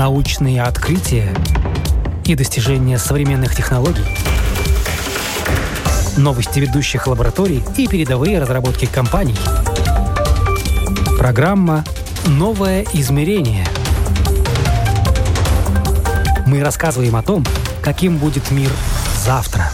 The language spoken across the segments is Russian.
Научные открытия и достижения современных технологий. Новости ведущих лабораторий и передовые разработки компаний. Программа «Новое измерение». Мы рассказываем о том, каким будет мир завтра.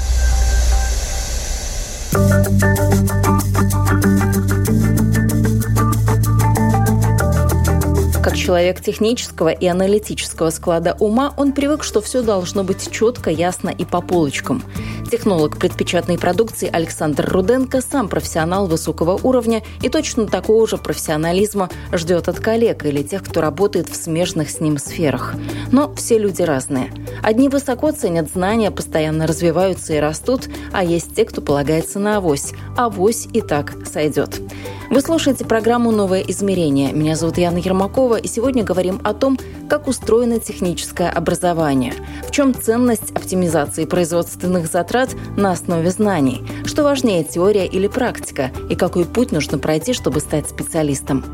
Как человек технического и аналитического склада ума, он привык, что все должно быть четко, ясно и по полочкам. Технолог предпечатной продукции Александр Руденко сам профессионал высокого уровня и точно такого же профессионализма ждет от коллег или тех, кто работает в смежных с ним сферах. Но все люди разные. Одни высоко ценят знания, постоянно развиваются и растут, а есть те, кто полагается на авось. Авось и так сойдет. Вы слушаете программу «Новое измерение». Меня зовут Яна Ермакова, и сегодня говорим о том, как устроено техническое образование, в чем ценность оптимизации производственных затрат на основе знаний, что важнее, теория или практика, и какой путь нужно пройти, чтобы стать специалистом.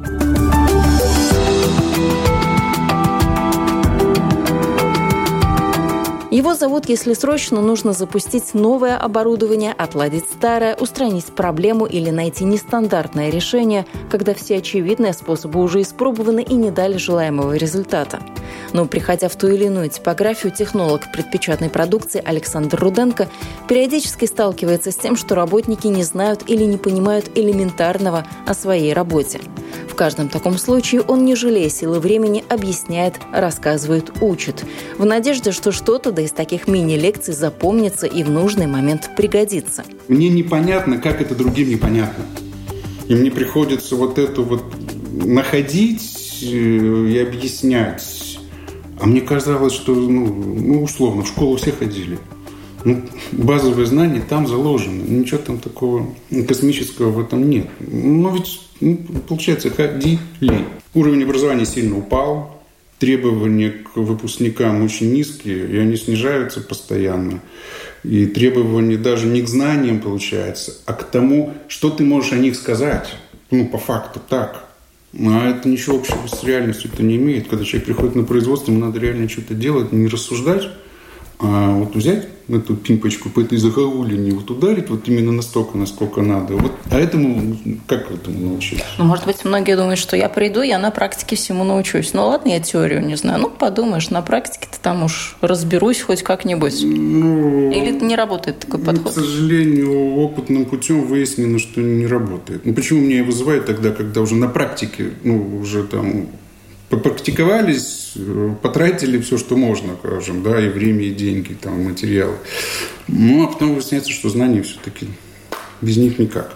Его зовут, если срочно нужно запустить новое оборудование, отладить старое, устранить проблему или найти нестандартное решение, когда все очевидные способы уже испробованы и не дали желаемого результата. Но, приходя в ту или иную типографию, технолог предпечатной продукции Александр Руденко периодически сталкивается с тем, что работники не знают или не понимают элементарного о своей работе. В каждом таком случае он, не жалея сил и времени, объясняет, рассказывает, учит, в надежде, что что-то из таких мини-лекций запомнится и в нужный момент пригодится. Мне непонятно, как это другим непонятно. И мне приходится вот это вот находить и объяснять. А мне казалось, что, условно, в школу все ходили. Базовые знания там заложены. Ничего там такого космического в этом нет. Но ведь, получается, ходили. Уровень образования сильно упал. Требования к выпускникам очень низкие, и они снижаются постоянно. И требования даже не к знаниям, получается, а к тому, что ты можешь о них сказать. По факту так. А это ничего общего с реальностью-то не имеет. Когда человек приходит на производство, ему надо реально что-то делать, не рассуждать, а вот взять эту пимпочку по этой загогулине, вот ударить вот именно настолько, насколько надо. Вот, а этому, как этому научиться? Может быть, многие думают, что я приду, я на практике всему научусь. Ладно, я теорию не знаю. Подумаешь, на практике-то там уж разберусь хоть как-нибудь. Или не работает такой подход? К сожалению, опытным путем выяснено, что не работает. Почему меня и вызывает тогда, когда уже на практике, уже там попрактиковались, потратили все, что можно, скажем, и время, и деньги, там, материалы. А потом выясняется, что знания все-таки без них никак.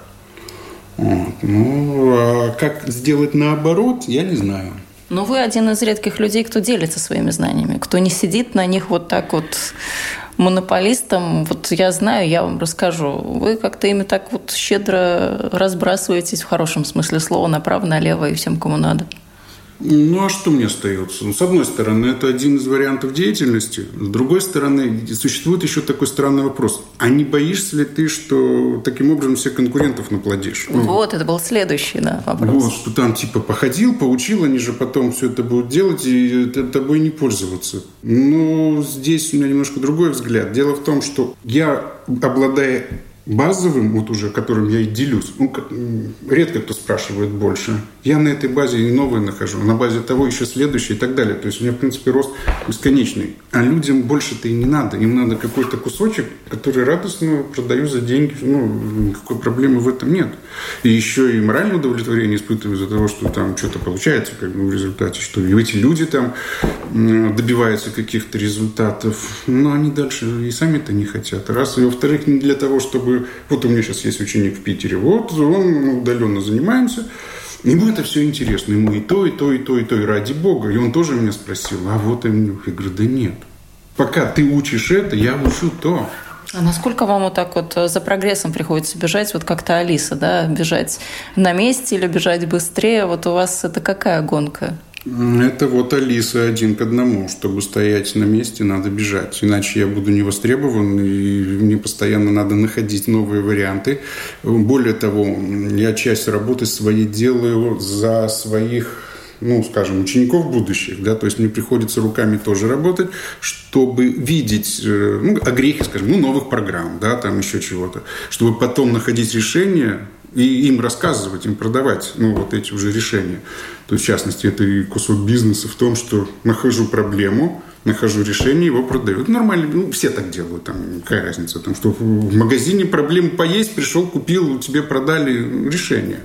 А как сделать наоборот, я не знаю. Вы один из редких людей, кто делится своими знаниями, кто не сидит на них вот так вот монополистом. Я знаю, я вам расскажу. Вы как-то ими так вот щедро разбрасываетесь, в хорошем смысле слова, направо-налево и всем, кому надо. А что мне остается? С одной стороны, это один из вариантов деятельности. С другой стороны, существует еще такой странный вопрос. А не боишься ли ты, что таким образом всех конкурентов наплодишь? Это был следующий вопрос. Что там походил, поучил, они же потом все это будут делать и тобой не пользоваться. Здесь у меня немножко другой взгляд. Дело в том, что я, обладая базовым, уже которым я и делюсь, редко кто спрашивает больше. Я на этой базе и новые нахожу, на базе того еще следующее и так далее. То есть у меня, в принципе, рост бесконечный. А людям больше-то и не надо. Им надо какой-то кусочек, который радостно продаю за деньги. Никакой проблемы в этом нет. И еще и моральное удовлетворение испытываю из-за того, что там что-то получается в результате, что и эти люди там добиваются каких-то результатов. Но они дальше и сами-то не хотят. Раз. И во-вторых, не для того, чтобы... у меня сейчас есть ученик в Питере. Он удаленно занимаемся. Ему это все интересно. Ему и то, и то, и то, и то. И ради Бога. И он тоже меня спросил. Я говорю, да нет. Пока ты учишь это, я учу то. А насколько вам за прогрессом приходится бежать, как-то Алиса, бежать на месте или бежать быстрее? У вас это какая гонка? Это Алиса 1 к 1. Чтобы стоять на месте, надо бежать. Иначе я буду не востребован, и мне постоянно надо находить новые варианты. Более того, я часть работы своей делаю за своих скажем, учеников будущих, да, то есть мне приходится руками тоже работать, чтобы видеть, огрехи, скажем, новых программ, да, там еще чего-то, чтобы потом находить решения и им рассказывать, им продавать, эти уже решения. То есть, в частности, это и кусок бизнеса в том, что нахожу проблему, нахожу решение, его продаю. Нормально, все так делают, там, какая разница, там, что в магазине проблему поесть, пришел, купил, тебе продали решение.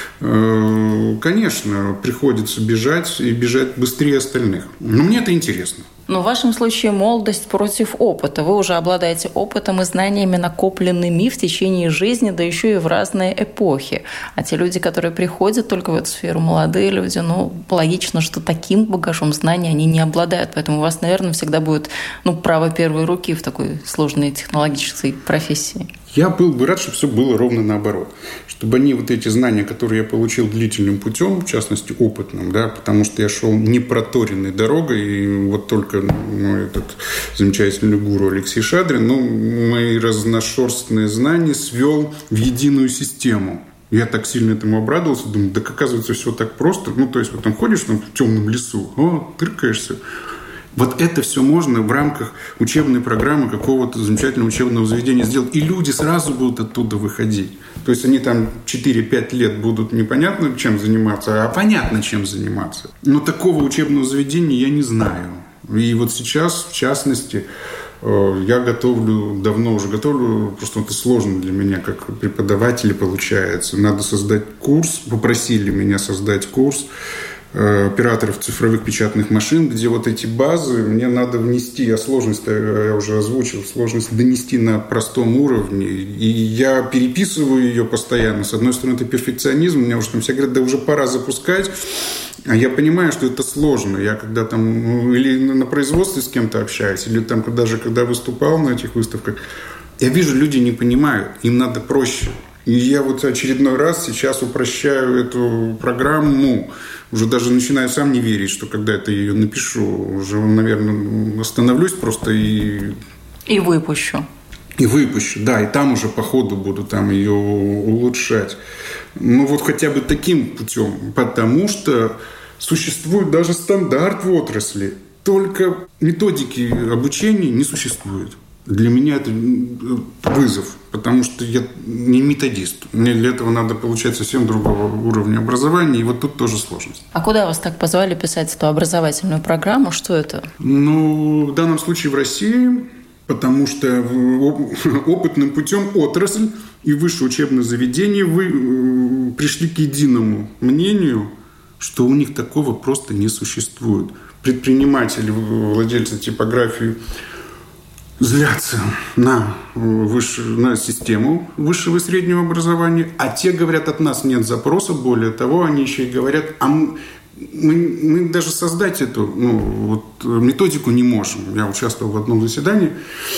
Конечно, приходится бежать и бежать быстрее остальных. Но мне это интересно. Но в вашем случае молодость против опыта. Вы уже обладаете опытом и знаниями, накопленными в течение жизни, да еще и в разные эпохи. А те люди, которые приходят только в эту сферу, молодые люди, логично, что таким багажом знаний они не обладают. Поэтому у вас, наверное, всегда будет право первой руки в такой сложной технологической профессии. Я был бы рад, чтобы все было ровно наоборот. Чтобы они эти знания, которые я получил длительным путем, в частности, опытным, да, потому что я шел не проторенной дорогой, и вот только этот замечательный гуру Алексей Шадрин, мои разношерстные знания свел в единую систему. Я так сильно этому обрадовался, думаю, так оказывается, все так просто. То есть, вот там ходишь в темном лесу, тыркаешься. Вот это все можно в рамках учебной программы какого-то замечательного учебного заведения сделать. И люди сразу будут оттуда выходить. То есть они там 4-5 лет будут непонятно чем заниматься, а понятно чем заниматься. Но такого учебного заведения я не знаю. И вот сейчас, в частности, я давно уже готовлю, просто это сложно для меня, как преподавателя получается. Надо создать курс, попросили меня создать курс операторов цифровых печатных машин, где эти базы мне надо внести, сложность, я уже озвучил, сложность донести на простом уровне, и я переписываю ее постоянно. С одной стороны, это перфекционизм, у меня уже там все говорят, да уже пора запускать, а я понимаю, что это сложно. Я когда там или на производстве с кем-то общаюсь, или там даже когда выступал на этих выставках, я вижу, люди не понимают, им надо проще. И я очередной раз сейчас упрощаю эту программу, уже даже начинаю сам не верить, что когда это ее напишу, уже, наверное, остановлюсь просто и выпущу. И выпущу, да, и там уже по ходу буду там ее улучшать. Хотя бы таким путем, потому что существует даже стандарт в отрасли, только методики обучения не существует. Для меня это вызов, потому что я не методист. Мне для этого надо получать совсем другого уровня образования, и тут тоже сложность. А куда вас так позвали писать эту образовательную программу? Что это? В данном случае в России, потому что опытным путем отрасль и высшее учебное заведение пришли к единому мнению, что у них такого просто не существует. Предприниматели, владельцы типографии злятся на систему высшего и среднего образования, а те говорят, от нас нет запроса, более того, они еще и говорят, мы даже создать эту методику не можем. Я участвовал в одном заседании,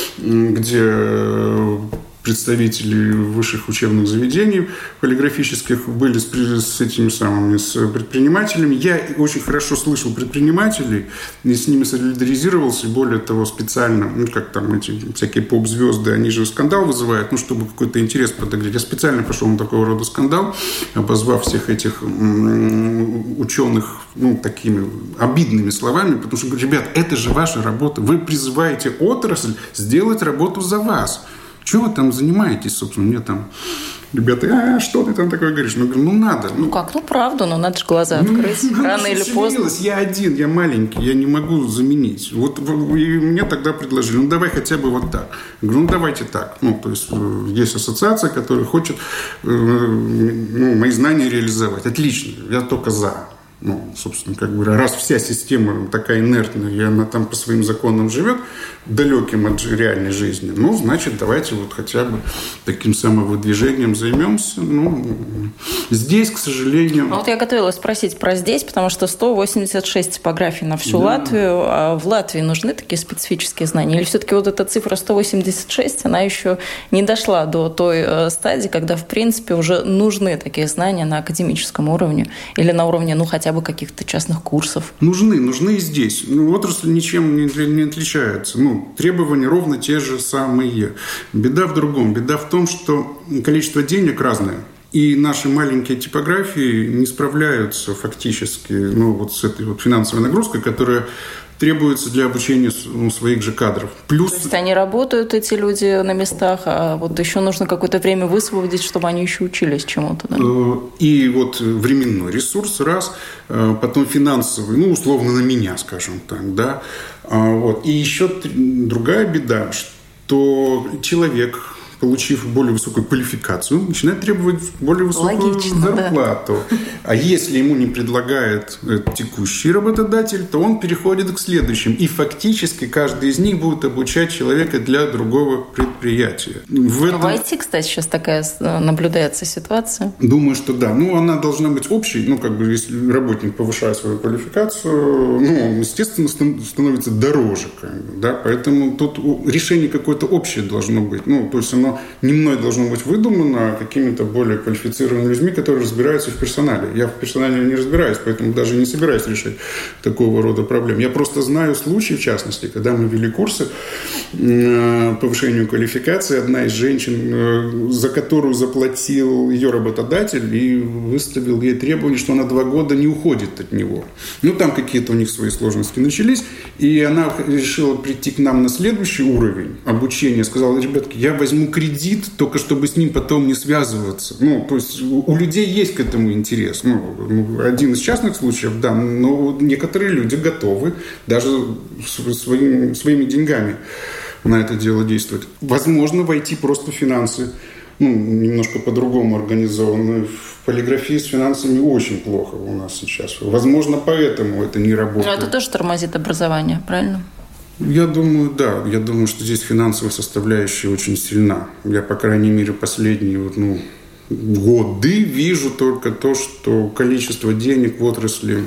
где представители высших учебных заведений полиграфических были с этими самыми с предпринимателями. Я очень хорошо слышал предпринимателей и с ними солидаризировался. Более того, специально, как там эти всякие поп-звезды, они же скандал вызывают, чтобы какой-то интерес подогреть. Я специально пошел на такого рода скандал, обозвав всех этих ученых такими обидными словами, потому что говорю, ребят, это же ваша работа. Вы призываете отрасль сделать работу за вас. Чего вы там занимаетесь, собственно? Мне там ребята, что ты там такое говоришь? Я говорю, надо. Правда, надо же глаза открыть. Рано или поздно. Я один, я маленький, я не могу заменить. И мне тогда предложили, давай хотя бы вот так. Я говорю, давайте так. То есть, есть ассоциация, которая хочет мои знания реализовать. Отлично, я только за. Собственно, раз вся система такая инертная, и она там по своим законам живет, далеким от реальной жизни, значит, давайте хотя бы таким самовыдвижением займемся. Здесь, к сожалению... Я готовилась спросить про здесь, потому что 186 типографий на всю Латвию, а в Латвии нужны такие специфические знания? Или все-таки эта цифра 186, она еще не дошла до той стадии, когда, в принципе, уже нужны такие знания на академическом уровне или на уровне, хотя бы каких-то частных курсов? Нужны и здесь. Отрасль ничем не отличается. Требования ровно те же самые. Беда в другом. Беда в том, что количество денег разное. И наши маленькие типографии не справляются фактически с этой финансовой нагрузкой, которая требуется для обучения своих же кадров. Плюс... То есть они работают, эти люди, на местах, а вот еще нужно какое-то время высвободить, чтобы они еще учились чему-то. Да? И временной ресурс, раз, потом финансовый, условно на меня, скажем так, да. И еще другая беда, что человек, получив более высокую квалификацию, начинает требовать более высокую зарплату. Да. А если ему не предлагает текущий работодатель, то он переходит к следующим. И фактически каждый из них будет обучать человека для другого предприятия. В IT, кстати, сейчас такая наблюдается ситуация. Думаю, что да. Она должна быть общей. Если работник повышает свою квалификацию, он, естественно, становится дороже. Да? Поэтому тут решение какое-то общее должно быть. То есть оно не мной должно быть выдумано, а какими-то более квалифицированными людьми, которые разбираются в персонале. Я в персонале не разбираюсь, поэтому даже не собираюсь решать такого рода проблем. Я просто знаю случаи, в частности, когда мы вели курсы по повышению квалификации, одна из женщин, за которую заплатил ее работодатель и выставил ей требование, что она 2 года не уходит от него. Там какие-то у них свои сложности начались, и она решила прийти к нам на следующий уровень обучения. Сказала: ребятки, я возьму кредит, только чтобы с ним потом не связываться. То есть у людей есть к этому интерес. Один из частных случаев, да, но некоторые люди готовы даже своими деньгами на это дело действовать. Возможно, войти просто в финансы, немножко по-другому организованы. В полиграфии с финансами очень плохо у нас сейчас. Возможно, поэтому это не работает. Но это тоже тормозит образование, правильно? Я думаю, да. Я думаю, что здесь финансовая составляющая очень сильна. Я, по крайней мере, последние годы вижу только то, что количество денег в отрасли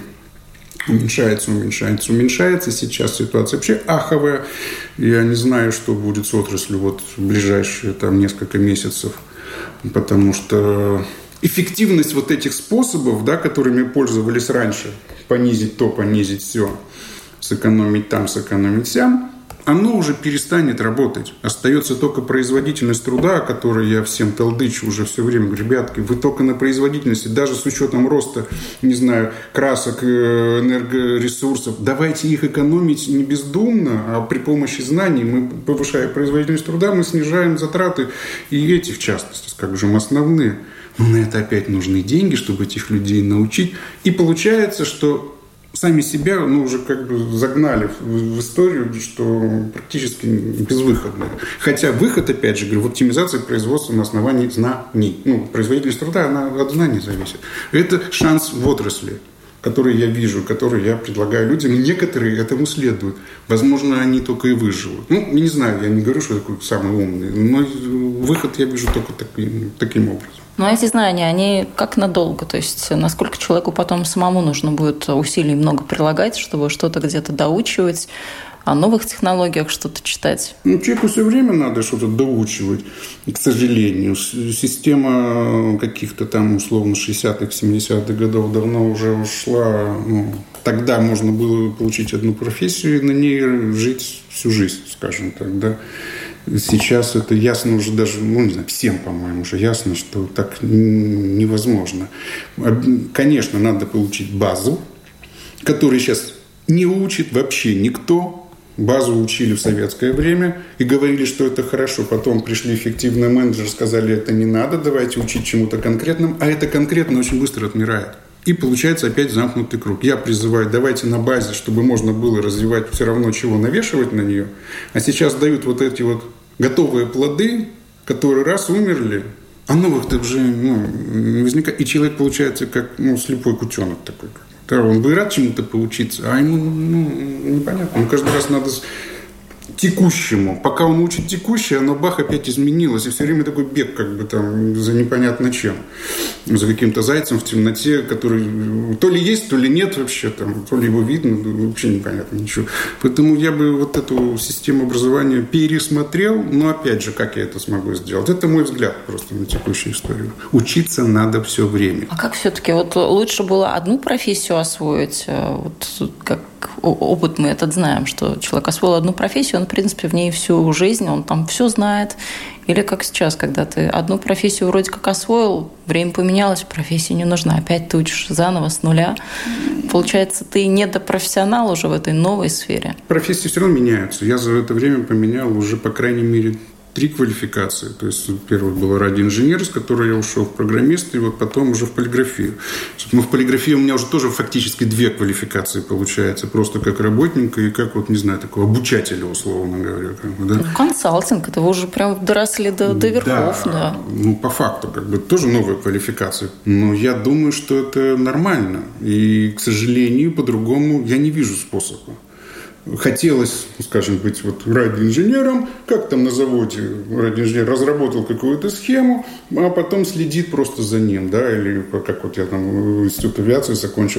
уменьшается. Сейчас ситуация вообще аховая. Я не знаю, что будет с отраслью в ближайшие несколько месяцев. Потому что эффективность этих способов, да, которыми пользовались раньше, понизить то, понизить все, сэкономить там, сэкономить сям, оно уже перестанет работать. Остается только производительность труда, о которой я всем толдычу уже все время. Говорю: ребятки, вы только на производительности, даже с учетом роста, красок, энергоресурсов, давайте их экономить не бездумно, а при помощи знаний. Мы, повышая производительность труда, мы снижаем затраты и эти, в частности, основные. Но на это опять нужны деньги, чтобы этих людей научить. И получается, что сами себя уже загнали в историю, что практически безвыходно. Хотя выход, опять же, в оптимизации производства на основании знаний. Производительность труда, она от знаний зависит. Это шанс в отрасли, который я вижу, который я предлагаю людям. И некоторые этому следуют. Возможно, они только и выживут. Я не знаю, я не говорю, что я такой самый умный. Но выход я вижу только таким образом. Но эти знания, они как надолго? То есть насколько человеку потом самому нужно будет усилий много прилагать, чтобы что-то где-то доучивать, о новых технологиях что-то читать? Человеку все время надо что-то доучивать, к сожалению. Система каких-то условно 60-х, 70-х годов давно уже ушла. Тогда можно было получить одну профессию и на ней жить всю жизнь, скажем так, да. Сейчас это ясно уже даже, всем, по-моему, уже ясно, что так невозможно. Конечно, надо получить базу, которую сейчас не учит вообще никто. Базу учили в советское время и говорили, что это хорошо. Потом пришли эффективные менеджеры, сказали: это не надо, давайте учить чему-то конкретному. А это конкретно очень быстро отмирает. И получается опять замкнутый круг. Я призываю: давайте на базе, чтобы можно было развивать все равно, чего навешивать на нее. А сейчас дают эти готовые плоды, которые раз умерли, а новых-то уже не возникает. И человек получается как слепой кутенок такой. Да, он бы и рад чему-то поучиться, а ему непонятно. Каждый раз надо текущему. Пока он учит текущее, оно бах, опять изменилось. И все время такой бег за непонятно чем. За каким-то зайцем в темноте, который то ли есть, то ли нет вообще. То ли его видно, вообще непонятно ничего. Поэтому я бы эту систему образования пересмотрел. Но опять же, как я это смогу сделать? Это мой взгляд просто на текущую историю. Учиться надо все время. А как все-таки лучше было одну профессию освоить, опыт мы этот знаем, что человек освоил одну профессию, он, в принципе, в ней всю жизнь, он там все знает. Или как сейчас, когда ты одну профессию вроде как освоил, время поменялось, профессия не нужна, опять ты учишь заново с нуля. Получается, ты недопрофессионал уже в этой новой сфере. Профессии все равно меняются. Я за это время поменял уже, по крайней мере, 3 квалификации. То есть первый был радиоинженер, с которой я ушел в программист, и вот потом уже в полиграфию. Но в полиграфии у меня уже тоже фактически 2 квалификации получается. Просто как работника и как, вот не знаю, такого обучателя, условно говоря. Да? Консалтинг, это вы уже прям доросли до верхов. Да. Ну, по факту, тоже новая квалификация. Но я думаю, что это нормально. И, к сожалению, по-другому я не вижу способа. Хотелось, скажем, быть вот радиоинженером, как там на заводе радиоинженер разработал какую-то схему, а потом следит просто за ним, да, или как вот я там институт авиации закончил,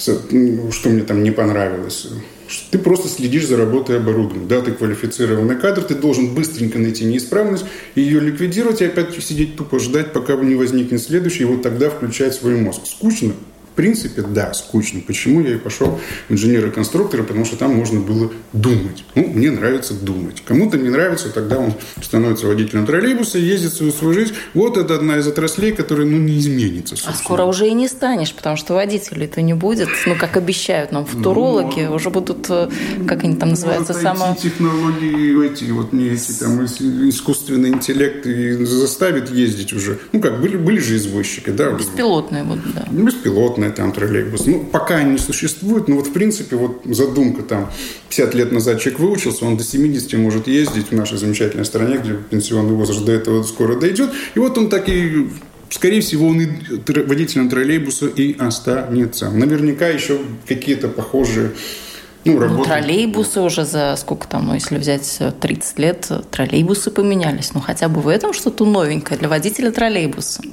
что мне там не понравилось. Ты просто следишь за работой оборудования, да, ты квалифицированный кадр, ты должен быстренько найти неисправность, ее ликвидировать и опять сидеть тупо ждать, пока не возникнет следующий, и вот тогда включать свой мозг. Скучно? В принципе, да, скучно. Почему я и пошел в инженера-конструктора? Потому что там можно было думать. Мне нравится думать. Кому-то не нравится, тогда он становится водителем троллейбуса, ездит свою жизнь. Вот это одна из отраслей, которая, не изменится. Собственно. А скоро уже и не станешь, потому что водителей-то не будет. Как обещают нам футурологи, уже будут, как они там называются, технологии, эти там искусственный интеллект и заставит ездить уже. Были же извозчики, да? Беспилотные, да. Беспилотные там троллейбус. Пока они не существуют, но в принципе, задумка там 50 лет назад человек выучился, он до 70 может ездить в нашей замечательной стране, где пенсионный возраст до этого скоро дойдет. И вот он так и, скорее всего, он и водителем троллейбуса и останется. Наверняка еще какие-то похожие троллейбусы уже за сколько там, если взять 30 лет, троллейбусы поменялись. Хотя бы в этом что-то новенькое для водителя троллейбуса.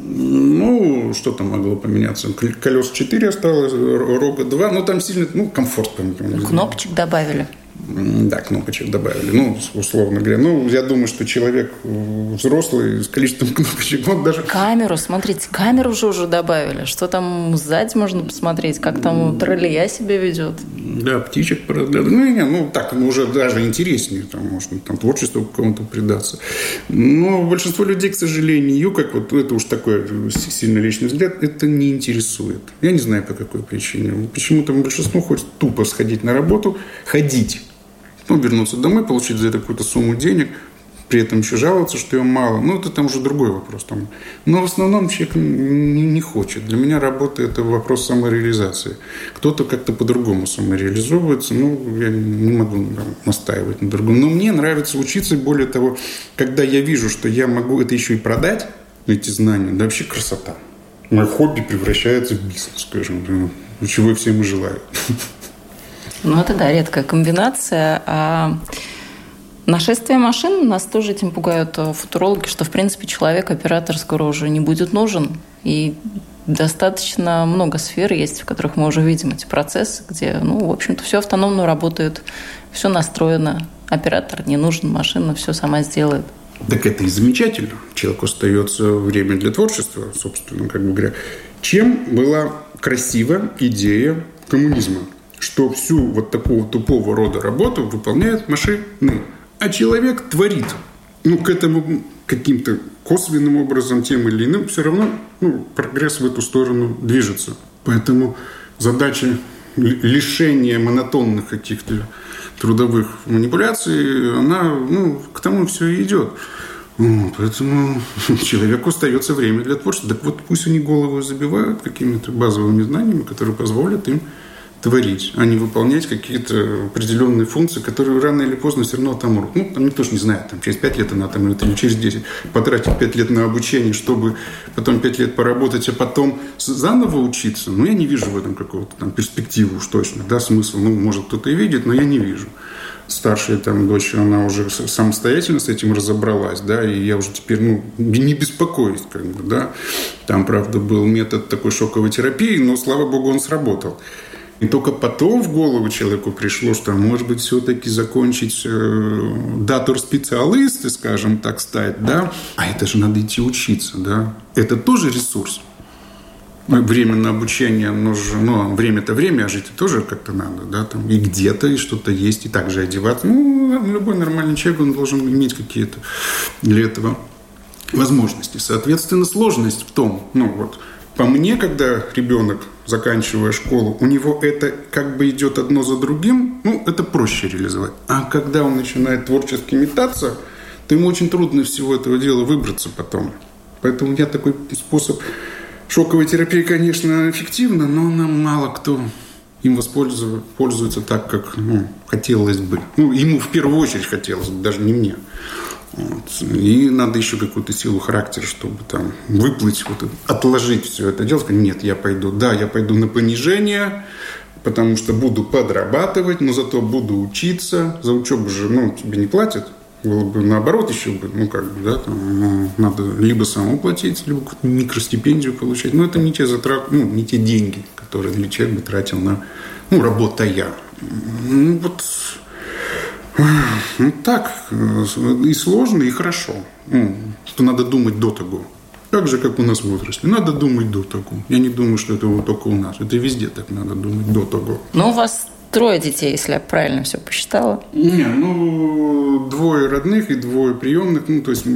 Что там могло поменяться? Колес 4 осталось, рога 2. Там сильно, комфорт поменялся. Кнопочек добавили. Да, кнопочек добавили. Условно говоря. Я думаю, что человек взрослый с количеством кнопочек, он даже... Камеру, смотрите, камеру же уже добавили. Что там сзади можно посмотреть, как там троллея себя ведет. Да, птичек поразглядывать. Так уже даже интереснее. Можно творчеству какому-то предаться. Но большинство людей, к сожалению, как это уж такой сильно личный взгляд, это не интересует. Я не знаю, по какой причине. Почему-то большинство хочет тупо сходить на работу, ходить. Вернуться домой, получить за это какую-то сумму денег, при этом еще жаловаться, что ее мало. Это там уже другой вопрос. Но в основном человек не хочет. Для меня работа – это вопрос самореализации. Кто-то как-то по-другому самореализовывается. Я не могу настаивать на другом. Но мне нравится учиться. Более того, когда я вижу, что я могу это еще и продать, эти знания, да вообще красота. Мое хобби превращается в бизнес, скажем, чего я всем и желаю. Это, да, редкая комбинация. А нашествие машин, нас тоже этим пугают футурологи, что, в принципе, человек-оператор скоро уже не будет нужен. И достаточно много сфер есть, в которых мы уже видим эти процессы, где, в общем-то, все автономно работает, все настроено. Оператор не нужен, машина все сама сделает. Так это и замечательно. Человеку остается время для творчества, собственно, говоря. Чем была красива идея коммунизма? Что всю такого тупого рода работу выполняют машины. А человек творит. К этому каким-то косвенным образом, тем или иным, все равно прогресс в эту сторону движется. Поэтому задача лишения монотонных каких-то трудовых манипуляций, она к тому все и идет. Поэтому человеку остается время для творчества. Так пусть они голову забивают какими-то базовыми знаниями, которые позволят им творить, а не выполнять какие-то определенные функции, которые рано или поздно все равно отомрут. Никто же не знает, через 5 лет она отомрет или через 10. Потратить 5 лет на обучение, чтобы потом 5 лет поработать, а потом заново учиться. Я не вижу в этом какого-то перспективу уж точно. Да, смысл, может, кто-то и видит, но я не вижу. Старшая дочь, она уже самостоятельно с этим разобралась, да, и я уже теперь, не беспокоюсь, да. Там, правда, был метод такой шоковой терапии, но, слава богу, он сработал. И только потом в голову человеку пришло, что, может быть, все-таки закончить датор-специалисты, скажем так, стать, да. А это же надо идти учиться, да. Это тоже ресурс. время на обучение нужно, время-то время, а жить тоже как-то надо, да, там, и где-то, и что-то есть, и так же одеваться. Любой нормальный человек, он должен иметь какие-то для этого возможности. Соответственно, сложность в том, по мне, когда ребенок, заканчивая школу, у него это как бы идет одно за другим, это проще реализовать. А когда он начинает творчески метаться, то ему очень трудно из всего этого дела выбраться потом. Поэтому у меня такой способ шоковой терапии, конечно, эффективна, но мало кто им пользуется так, как хотелось бы. Ему в первую очередь хотелось бы, даже не мне. И надо еще какую-то силу характера, чтобы там выплыть, отложить все это дело. Сказать, нет, я пойду на понижение, потому что буду подрабатывать, но зато буду учиться. За учебу же, тебе не платят. Было бы наоборот еще бы, надо либо самому платить, либо какую-то микростипендию получать. Но это не те затраты, не те деньги, которые человек бы тратил на, работая. Так, и сложно, и хорошо. Что надо думать до того. Так же, как у нас в возрасте. Надо думать до того. Я не думаю, что это вот только у нас. Это везде так надо думать до того. Но у вас 3 детей, если я правильно все посчитала. Не, 2 родных и 2 приемных. То есть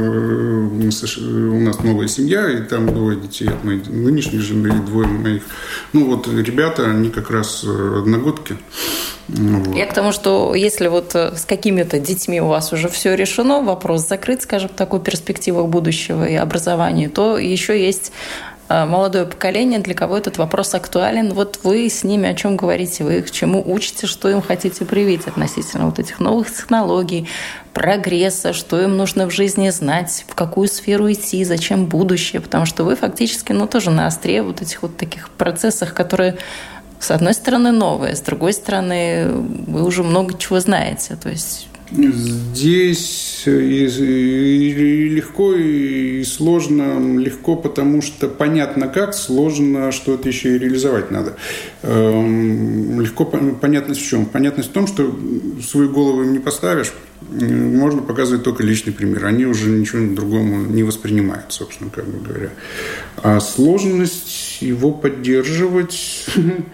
у нас новая семья, и там 2 детей от моей нынешней жены и 2 моих. Ребята, они как раз одногодки. Я к тому, что если с какими-то детьми у вас уже все решено, вопрос закрыт, скажем так, о перспективах будущего и образования, то еще есть молодое поколение, для кого этот вопрос актуален. Вы с ними о чем говорите, вы их чему учите, что им хотите привить относительно этих новых технологий, прогресса, что им нужно в жизни знать, в какую сферу идти, зачем будущее, потому что вы фактически тоже на острие этих таких процессах, которые, с одной стороны, новые, с другой стороны, вы уже много чего знаете. То есть здесь и легко, и сложно. Легко, потому что понятно как, сложно, что это еще и реализовать надо. Легко понятность в чем? Понятность в том, что свою голову им не поставишь, можно показывать только личный пример. Они уже ничего другому не воспринимают, собственно, как бы говоря. А сложность его поддерживать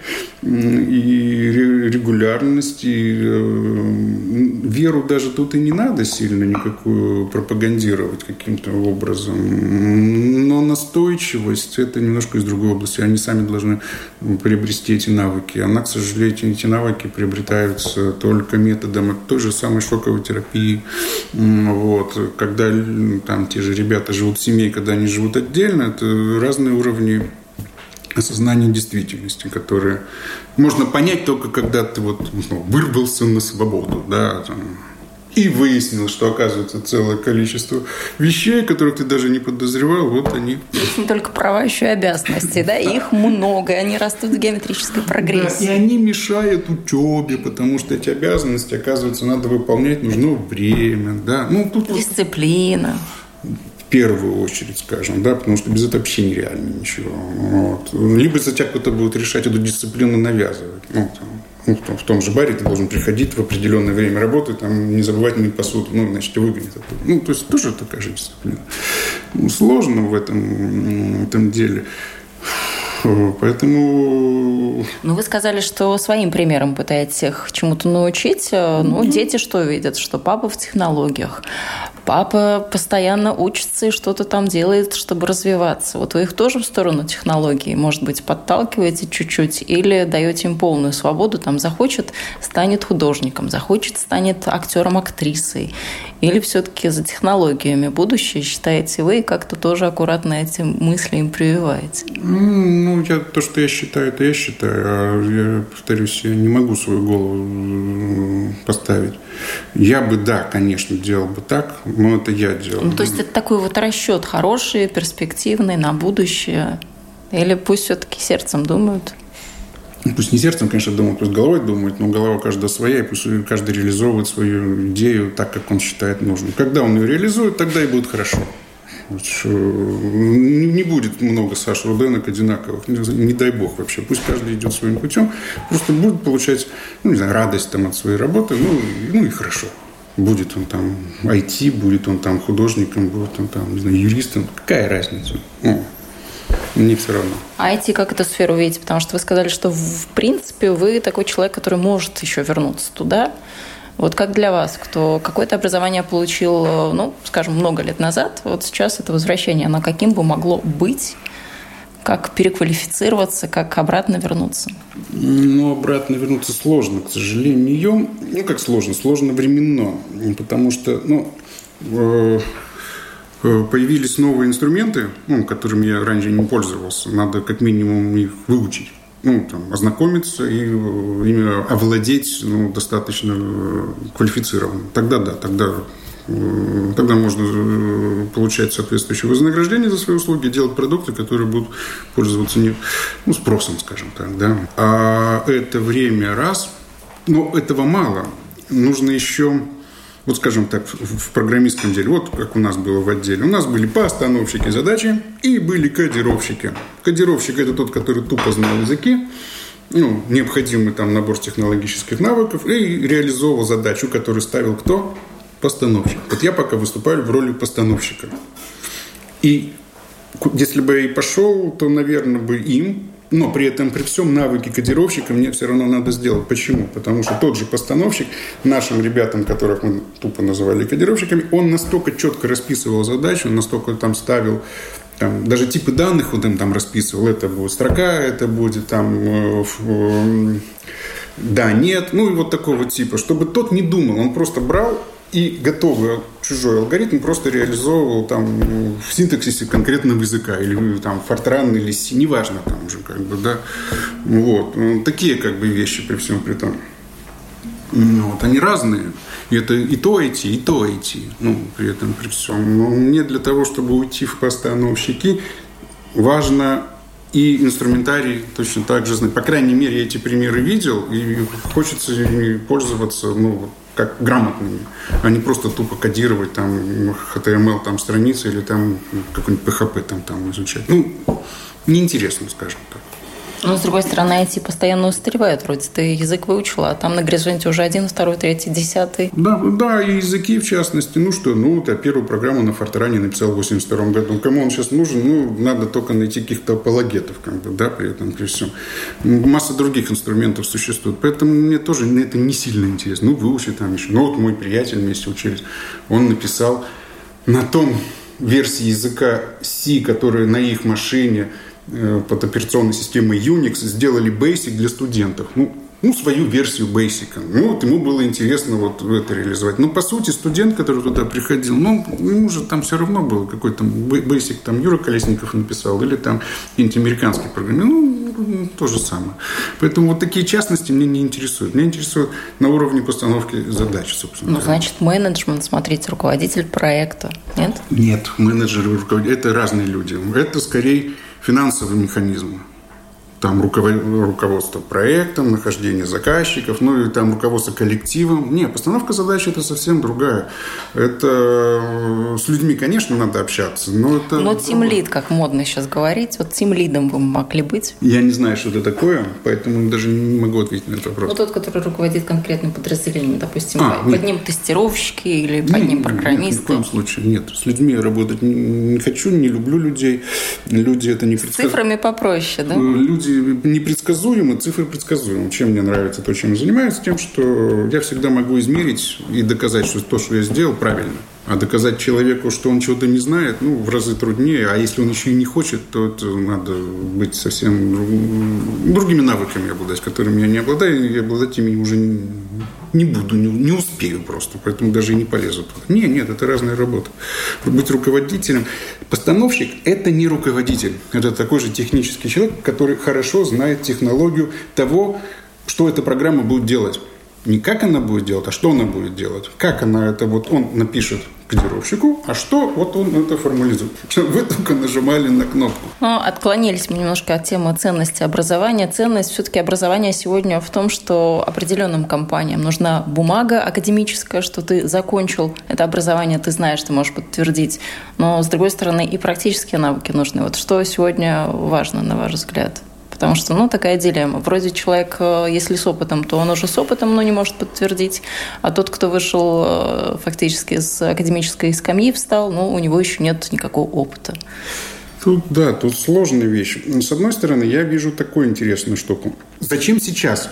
и регулярность, и веру даже тут и не надо сильно никакую пропагандировать каким-то образом. Но настойчивость – это немножко из другой области. Они сами должны приобрести эти навыки. К сожалению, эти навыки приобретаются только методом той же самой шоковой терапии. Когда там те же ребята живут в семье, когда они живут отдельно, это разные уровни осознания действительности, которые можно понять только когда ты вырвался на свободу, и выяснил, что оказывается целое количество вещей, которых ты даже не подозревал, они. Не только права, еще и обязанности, их много, они растут в геометрической прогрессии. Да, и они мешают учебе, потому что эти обязанности, оказывается, надо выполнять, нужно время, Дисциплина. В первую очередь, скажем, потому что без этого вообще нереально ничего. Либо за тебя кто-то будет решать эту дисциплину навязывать. В том же баре ты должен приходить в определенное время работать, не забывать мыть посуду, значит, тебя выгонят оттуда. То есть тоже такая же дисциплина. Сложно в этом деле. Поэтому... Вы сказали, что своим примером пытаетесь их чему-то научить. Дети что видят? Что папа в технологиях. Папа постоянно учится и что-то там делает, чтобы развиваться. Вы их тоже в сторону технологий, может быть, подталкиваете чуть-чуть или даете им полную свободу? Захочет, станет художником, захочет, станет актером-актрисой. Или все-таки за технологиями будущее считаете вы и как-то тоже аккуратно эти мысли им прививаете? То, что я считаю, это я считаю. А я повторюсь, я не могу свою голову поставить. Я бы, конечно, делал бы так, но это я делал. То есть это такой расчет хороший, перспективный на будущее? Или пусть все-таки сердцем думают? Пусть не сердцем, конечно, думают, пусть головой думают, но голова у каждого своя, и пусть каждый реализовывает свою идею так, как он считает нужным. Когда он ее реализует, тогда и будет хорошо. Не будет много Саш Руденок одинаковых, не дай бог вообще. Пусть каждый идет своим путем, просто будет получать радость от своей работы, и хорошо. Будет он там IT, будет он там художником, будет он там, юристом, какая разница? Мне все равно. А IT как эту сферу видите? Потому что вы сказали, что в принципе вы такой человек, который может еще вернуться туда. Вот как для вас, кто какое-то образование получил, ну, скажем, много лет назад, вот сейчас это возвращение, оно каким бы могло быть? Как переквалифицироваться, как обратно вернуться? Ну, обратно вернуться сложно, к сожалению. Ну, как сложно? Сложно временно. Потому что, появились новые инструменты, которыми я раньше не пользовался. Надо как минимум их выучить. Ознакомиться и ими овладеть достаточно квалифицированно. Тогда да, тогда можно получать соответствующее вознаграждение за свои услуги, делать продукты, которые будут пользоваться спросом, скажем так. Да. А это время раз, но этого мало. Нужно еще, вот скажем так, в программистском деле, вот как у нас было в отделе, у нас были постановщики задачи и были кодировщики. Кодировщик – это тот, который тупо знал языки, необходимый там набор технологических навыков и реализовывал задачу, которую ставил кто? Постановщик. Вот я пока выступаю в роли постановщика. И если бы я и пошел, то, наверное, бы им, но при этом, при всем навыки кодировщика мне все равно надо сделать. Почему? Потому что тот же постановщик, нашим ребятам, которых мы тупо называли кодировщиками, он настолько четко расписывал задачу, настолько там ставил, даже типы данных он им там расписывал. Это будет строка, это будет там да, нет, и вот такого типа. Чтобы тот не думал, он просто брал и готовый чужой алгоритм просто реализовывал в синтаксисе конкретного языка, или Fortran, или C, неважно там уже, да. Вот. Такие вещи при всем при том. Они разные. И это и то IT, и то IT. При этом при всем. Но мне для того, чтобы уйти в постановщики, важно и инструментарий точно так же знать. По крайней мере, я эти примеры видел, и хочется ими пользоваться, как грамотными, а не просто тупо кодировать HTML страницы или какой-нибудь PHP изучать. Неинтересно, скажем так. Но, с другой стороны, IT постоянно устаревает. Вроде ты язык выучила, а там на горизонте уже 1, 2, 3, 10. Да, и языки, в частности. Я первую программу на Fortran написал в 1982 году. Кому он сейчас нужен? Надо только найти каких-то апологетов, при этом, при всем. Масса других инструментов существует. Поэтому мне тоже это не сильно интересно. Выучи еще. Мой приятель вместе учились. Он написал на том версии языка C, который на их машине под операционной системой Unix сделали Basic для студентов. Свою версию Basic. Ему было интересно это реализовать. По сути, студент, который туда приходил, ему же там все равно было какой-то Basic, Юра Колесников написал, или какие-нибудь американские программы. То же самое. Поэтому такие частности меня не интересуют. Меня интересует на уровне постановки задач, собственно. Значит, менеджмент, смотрите, руководитель проекта, нет? Нет, менеджеры, руководители – это разные люди. Это скорее финансовый механизм. Руководство проектом, нахождение заказчиков, и руководство коллективом. Нет, постановка задач – это совсем другая. Это с людьми, конечно, надо общаться, но это… Но тимлид, как модно сейчас говорить, тимлидом вы могли быть? Я не знаю, что это такое, поэтому даже не могу ответить на этот вопрос. Тот, который руководит конкретным подразделением, допустим, под ним тестировщики или под ним программисты? Нет, ни в коем случае нет. С людьми я работать не хочу, не люблю людей. Люди – это не предсказуемо. С цифрами попроще, да? Люди непредсказуемы, цифры предсказуемы. Чем мне нравится то, чем я занимаюсь? Тем, что я всегда могу измерить и доказать, что то, что я сделал, правильно. А доказать человеку, что он чего-то не знает, в разы труднее. А если он еще и не хочет, то это надо быть совсем другими навыками обладать, которыми я не обладаю, и обладать ими уже не буду, не успею просто. Поэтому даже и не полезу туда. Нет, это разная работа. Быть руководителем. Постановщик – это не руководитель. Это такой же технический человек, который хорошо знает технологию того, что эта программа будет делать. Не как она будет делать, а что она будет делать. Как она это он напишет кодировщику, а что он это формализует. Вы только нажимали на кнопку. Отклонились мы немножко от темы ценности образования. Ценность все-таки образования сегодня в том, что определенным компаниям нужна бумага академическая, что ты закончил это образование, ты знаешь, ты можешь подтвердить. Но, с другой стороны, и практические навыки нужны. Что сегодня важно, на ваш взгляд? Потому что, такая дилемма. Вроде человек, если с опытом, то он уже с опытом, но не может подтвердить. А тот, кто вышел фактически с академической скамьи, встал, у него еще нет никакого опыта. Тут сложная вещь. С одной стороны, я вижу такую интересную штуку. Зачем сейчас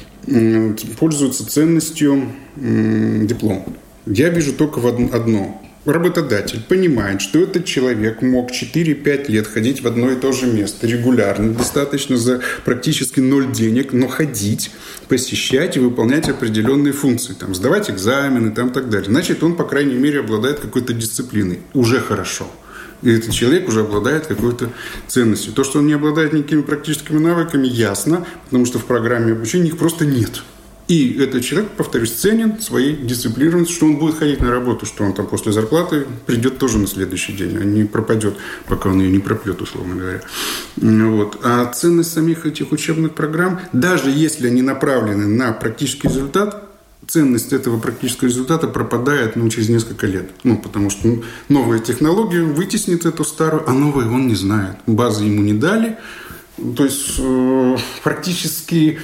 пользуются ценностью диплом? Я вижу только одно. Работодатель понимает, что этот человек мог 4-5 лет ходить в одно и то же место регулярно, достаточно за практически 0 денег, но ходить, посещать и выполнять определенные функции, там, сдавать экзамены и так далее. Значит, он, по крайней мере, обладает какой-то дисциплиной. Уже хорошо. И этот человек уже обладает какой-то ценностью. То, что он не обладает никакими практическими навыками, ясно, потому что в программе обучения их просто нет. И этот человек, повторюсь, ценен своей дисциплинированностью, что он будет ходить на работу, что он там после зарплаты придет тоже на следующий день, а не пропадет, пока он ее не пропьет, условно говоря. Вот. А ценность самих этих учебных программ, даже если они направлены на практический результат, ценность этого практического результата пропадает через несколько лет. Потому что новая технология вытеснит эту старую, а новую он не знает. Базы ему не дали. То есть практически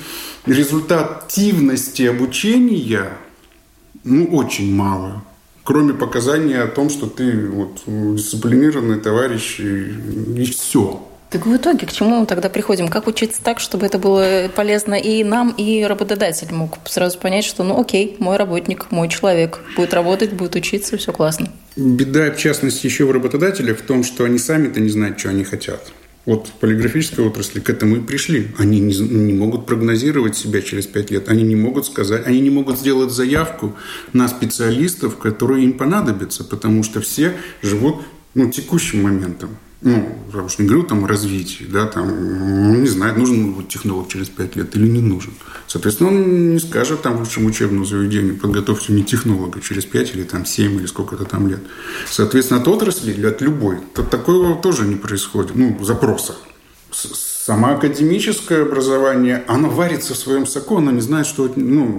результативности обучения очень мало. Кроме показания о том, что ты дисциплинированный товарищ и все. Так в итоге к чему мы тогда приходим? Как учиться так, чтобы это было полезно и нам, и работодатель мог сразу понять, что окей, мой работник, мой человек будет работать, будет учиться, все классно. Беда, в частности, еще в работодателях в том, что они сами-то не знают, что они хотят. Вот в полиграфической отрасли к этому и пришли. Они не могут прогнозировать себя через 5 лет. Они не могут сказать, они не могут сделать заявку на специалистов, которые им понадобятся, потому что все живут текущим моментом. Я уж не говорю о развитии, не знает, нужен будет технолог через 5 лет или не нужен. Соответственно, он не скажет высшему учебному заведению, подготовьте мне технолога через 5 или 7 или сколько-то там лет. Соответственно, от отрасли или от любой, такого тоже не происходит, запроса. Сама академическое образование, оно варится в своем соку, оно не знает, что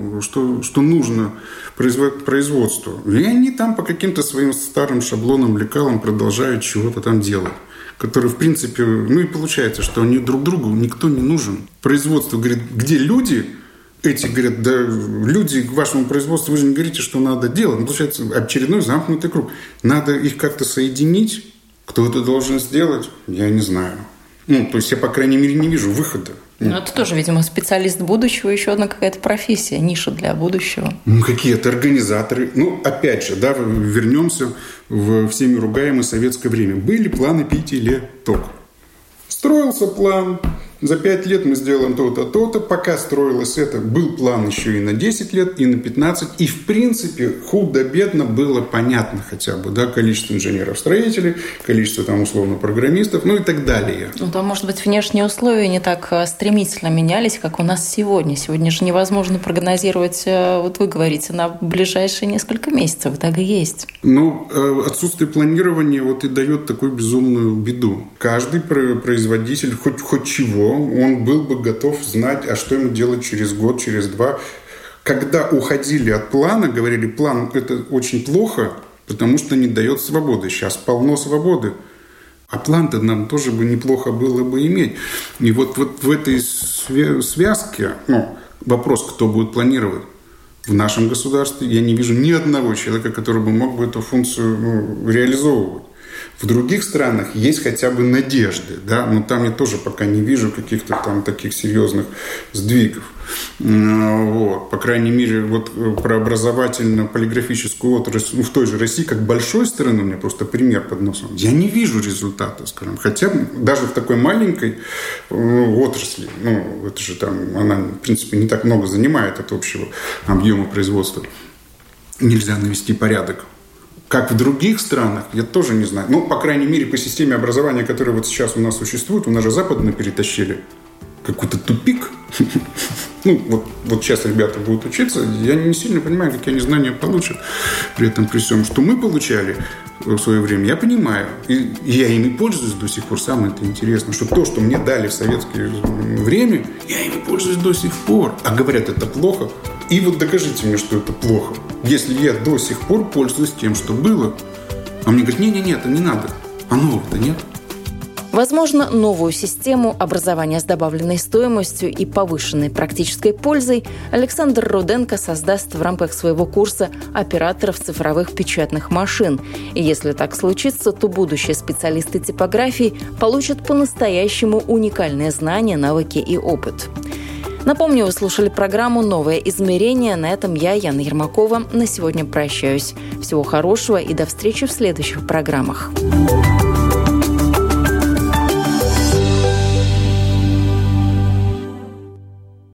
нужно производству. И они там по каким-то своим старым шаблонам, лекалам продолжают чего-то там делать. Которые, в принципе, и получается, что они друг другу никто не нужен. Производство говорит, где люди? Эти говорят, да люди к вашему производству, вы же не говорите, что надо делать. Получается очередной замкнутый круг. Надо их как-то соединить. Кто это должен сделать, я не знаю. То есть я, по крайней мере, не вижу выхода. Это тоже, видимо, специалист будущего, еще одна какая-то профессия, ниша для будущего. Какие-то организаторы. Опять же, вернемся в всеми ругаемое советское время. Были планы пятилеток. Строился план. За 5 лет мы сделаем то-то, то-то. Пока строилось это, был план еще и на 10 лет, и на 15. И, в принципе, худо-бедно было понятно хотя бы, количество инженеров-строителей, количество, условно, программистов, и так далее. Там, может быть, внешние условия не так стремительно менялись, как у нас сегодня. Сегодня же невозможно прогнозировать, вы говорите, на ближайшие несколько месяцев. Так и есть. Отсутствие планирования и дает такую безумную беду. Каждый производитель хоть чего, он был бы готов знать, а что ему делать через год, через 2. Когда уходили от плана, говорили, план – это очень плохо, потому что не дает свободы. Сейчас полно свободы. А план-то нам тоже бы неплохо было бы иметь. И вот в этой связке вопрос, кто будет планировать. В нашем государстве я не вижу ни одного человека, который бы мог бы эту функцию реализовывать. В других странах есть хотя бы надежды, но там я тоже пока не вижу каких-то там таких серьезных сдвигов. По крайней мере, про образовательно-полиграфическую отрасль в той же России, как большой страны, у меня просто пример под носом, я не вижу результата, скажем, хотя даже в такой маленькой отрасли, это же она, в принципе, не так много занимает от общего объема производства, нельзя навести порядок. Как в других странах, я тоже не знаю. По крайней мере, по системе образования, которая сейчас у нас существует, у нас же западно перетащили какой-то тупик. Сейчас ребята будут учиться, я не сильно понимаю, какие они знания получат. При всем, что мы получали в свое время, я понимаю. И я ими пользуюсь до сих пор. Самое это интересно, что то, что мне дали в советское время, я ими пользуюсь до сих пор. А говорят, это плохо. И докажите мне, что это плохо. Если я до сих пор пользуюсь тем, что было. А мне говорят, не-не-не, это не надо. А нового-то нет. Возможно, новую систему образования с добавленной стоимостью и повышенной практической пользой Александр Руденко создаст в рамках своего курса операторов цифровых печатных машин. И если так случится, то будущие специалисты типографии получат по-настоящему уникальные знания, навыки и опыт. Напомню, вы слушали программу «Новое измерение». На этом я, Яна Ермакова, на сегодня прощаюсь. Всего хорошего и до встречи в следующих программах.